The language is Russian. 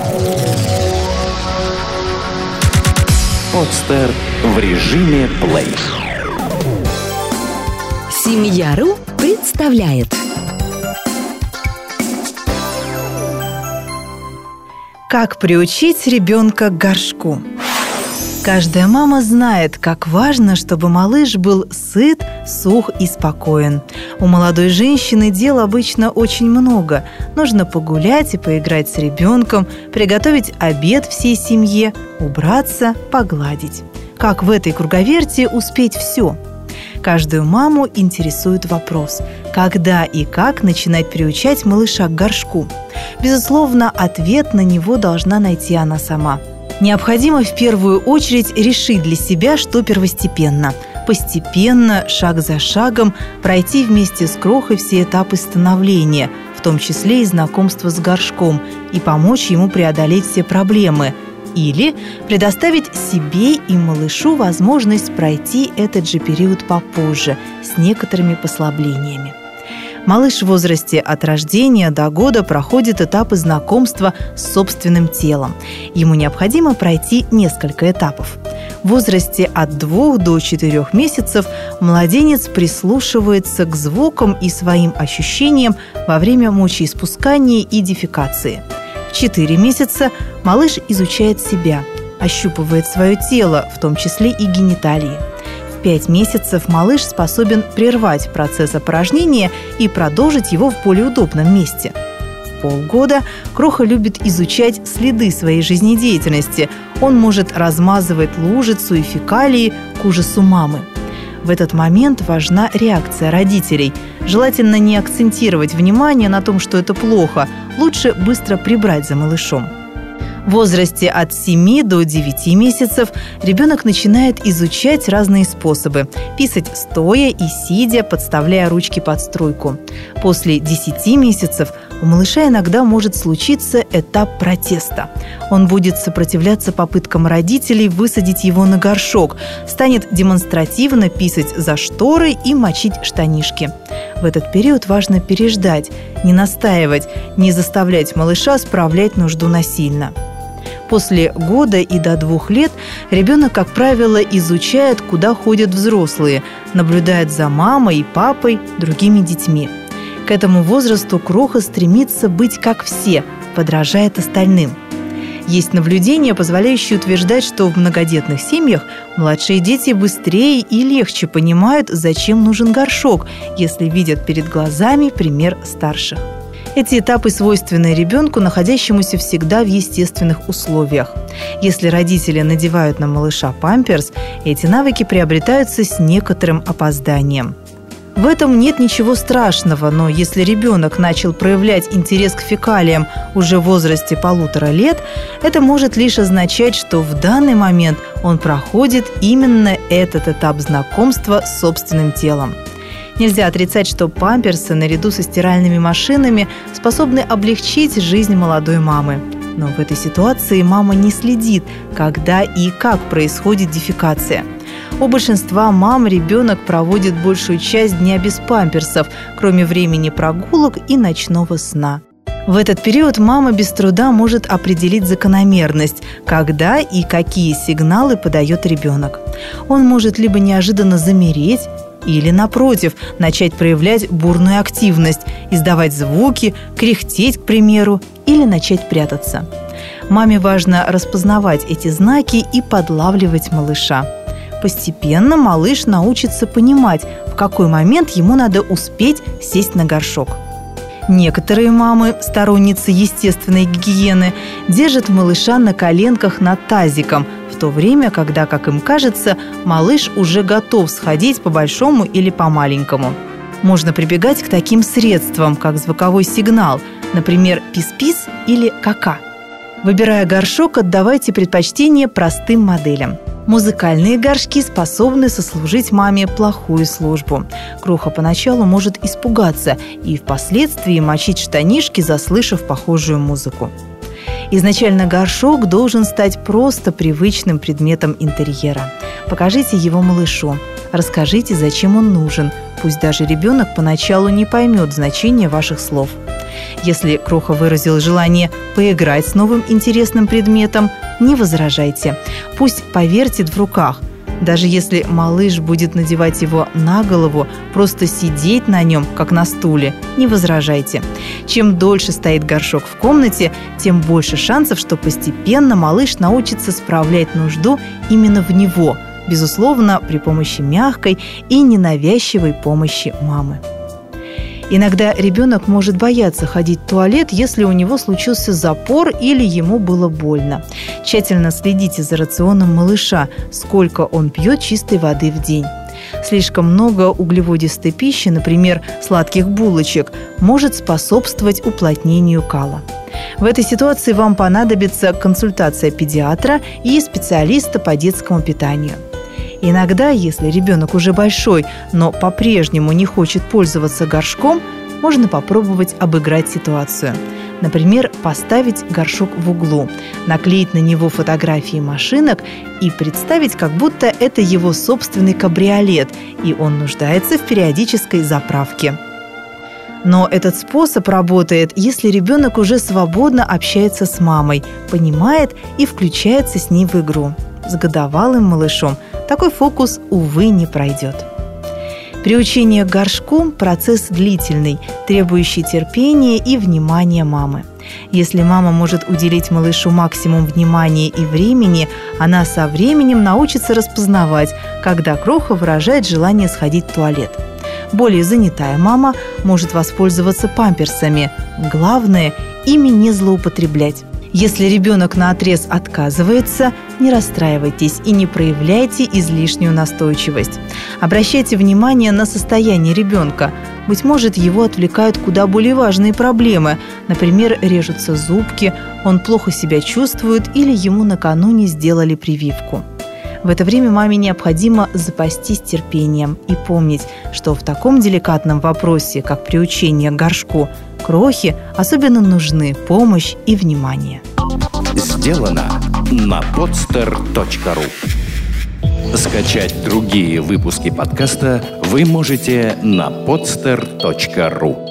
Подстер в режиме плей. Семья.ру представляет. Как приучить ребенка к горшку? Каждая мама знает, как важно, чтобы малыш был сыт, сух и спокоен. У молодой женщины дел обычно очень много. Нужно погулять и поиграть с ребенком, приготовить обед всей семье, убраться, погладить. Как в этой круговерти успеть все? Каждую маму интересует вопрос, когда и как начинать приучать малыша к горшку. Безусловно, ответ на него должна найти она сама. Необходимо в первую очередь решить для себя, что первостепенно. Постепенно, шаг за шагом, пройти вместе с крохой все этапы становления, в том числе и знакомство с горшком, и помочь ему преодолеть все проблемы. Или предоставить себе и малышу возможность пройти этот же период попозже, с некоторыми послаблениями. Малыш в возрасте от рождения до года проходит этапы знакомства с собственным телом. Ему необходимо пройти несколько этапов. В возрасте от 2 до 4 месяцев младенец прислушивается к звукам и своим ощущениям во время мочеиспускания и дефекации. В 4 месяца малыш изучает себя, ощупывает свое тело, в том числе и гениталии. В 5 месяцев малыш способен прервать процесс опорожнения и продолжить его в более удобном месте. В полгода кроха любит изучать следы своей жизнедеятельности. Он может размазывать лужицу и фекалии к ужасу мамы. В этот момент важна реакция родителей. Желательно не акцентировать внимание на том, что это плохо. Лучше быстро прибрать за малышом. В возрасте от 7 до 9 месяцев ребенок начинает изучать разные способы – писать стоя и сидя, подставляя ручки под струйку. После 10 месяцев у малыша иногда может случиться этап протеста. Он будет сопротивляться попыткам родителей высадить его на горшок, станет демонстративно писать за шторой и мочить штанишки. В этот период важно переждать, не настаивать, не заставлять малыша справлять нужду насильно. После года и до 2 лет ребенок, как правило, изучает, куда ходят взрослые, наблюдает за мамой и папой, другими детьми. К этому возрасту кроха стремится быть как все, подражает остальным. Есть наблюдения, позволяющие утверждать, что в многодетных семьях младшие дети быстрее и легче понимают, зачем нужен горшок, если видят перед глазами пример старших. Эти этапы свойственны ребенку, находящемуся всегда в естественных условиях. Если родители надевают на малыша памперс, эти навыки приобретаются с некоторым опозданием. В этом нет ничего страшного, но если ребенок начал проявлять интерес к фекалиям уже в возрасте 1,5 лет, это может лишь означать, что в данный момент он проходит именно этот этап знакомства с собственным телом. Нельзя отрицать, что памперсы наряду со стиральными машинами способны облегчить жизнь молодой мамы. Но в этой ситуации мама не следит, когда и как происходит дефекация. У большинства мам ребенок проводит большую часть дня без памперсов, кроме времени прогулок и ночного сна. В этот период мама без труда может определить закономерность, когда и какие сигналы подает ребенок. Он может либо неожиданно замереть, или, напротив, начать проявлять бурную активность, издавать звуки, кряхтеть, к примеру, или начать прятаться. Маме важно распознавать эти знаки и подлавливать малыша. Постепенно малыш научится понимать, в какой момент ему надо успеть сесть на горшок. Некоторые мамы, сторонницы естественной гигиены, держат малыша на коленках над тазиком, в то время, когда, как им кажется, малыш уже готов сходить по большому или по маленькому. Можно прибегать к таким средствам, как звуковой сигнал, например, пис-пис или ка-ка. Выбирая горшок, отдавайте предпочтение простым моделям. Музыкальные горшки способны сослужить маме плохую службу. Кроха поначалу может испугаться и впоследствии мочить штанишки, заслышав похожую музыку. Изначально горшок должен стать просто привычным предметом интерьера. Покажите его малышу. Расскажите, зачем он нужен. Пусть даже ребенок поначалу не поймет значения ваших слов. Если Кроха выразил желание поиграть с новым интересным предметом, не возражайте. Пусть повертит в руках. Даже если малыш будет надевать его на голову, просто сидеть на нем, как на стуле, не возражайте. Чем дольше стоит горшок в комнате, тем больше шансов, что постепенно малыш научится справлять нужду именно в него, безусловно, при помощи мягкой и ненавязчивой помощи мамы. Иногда ребенок может бояться ходить в туалет, если у него случился запор или ему было больно. Тщательно следите за рационом малыша, сколько он пьет чистой воды в день. Слишком много углеводистой пищи, например, сладких булочек, может способствовать уплотнению кала. В этой ситуации вам понадобится консультация педиатра и специалиста по детскому питанию. Иногда, если ребенок уже большой, но по-прежнему не хочет пользоваться горшком, можно попробовать обыграть ситуацию. Например, поставить горшок в углу, наклеить на него фотографии машинок и представить, как будто это его собственный кабриолет, и он нуждается в периодической заправке. Но этот способ работает, если ребенок уже свободно общается с мамой, понимает и включается с ней в игру. С годовалым малышом такой фокус, увы, не пройдет. Приучение к горшку – процесс длительный, требующий терпения и внимания мамы. Если мама может уделить малышу максимум внимания и времени, она со временем научится распознавать, когда Кроха выражает желание сходить в туалет. Более занятая мама может воспользоваться памперсами. Главное – ими не злоупотреблять. Если ребенок наотрез отказывается, не расстраивайтесь и не проявляйте излишнюю настойчивость. Обращайте внимание на состояние ребенка. Быть может, его отвлекают куда более важные проблемы. Например, режутся зубки, он плохо себя чувствует или ему накануне сделали прививку. В это время маме необходимо запастись терпением и помнить, что в таком деликатном вопросе, как приучение к горшку, Крохе особенно нужны помощь и внимание. Сделано на podster.ru. Скачать другие выпуски подкаста вы можете на podster.ru.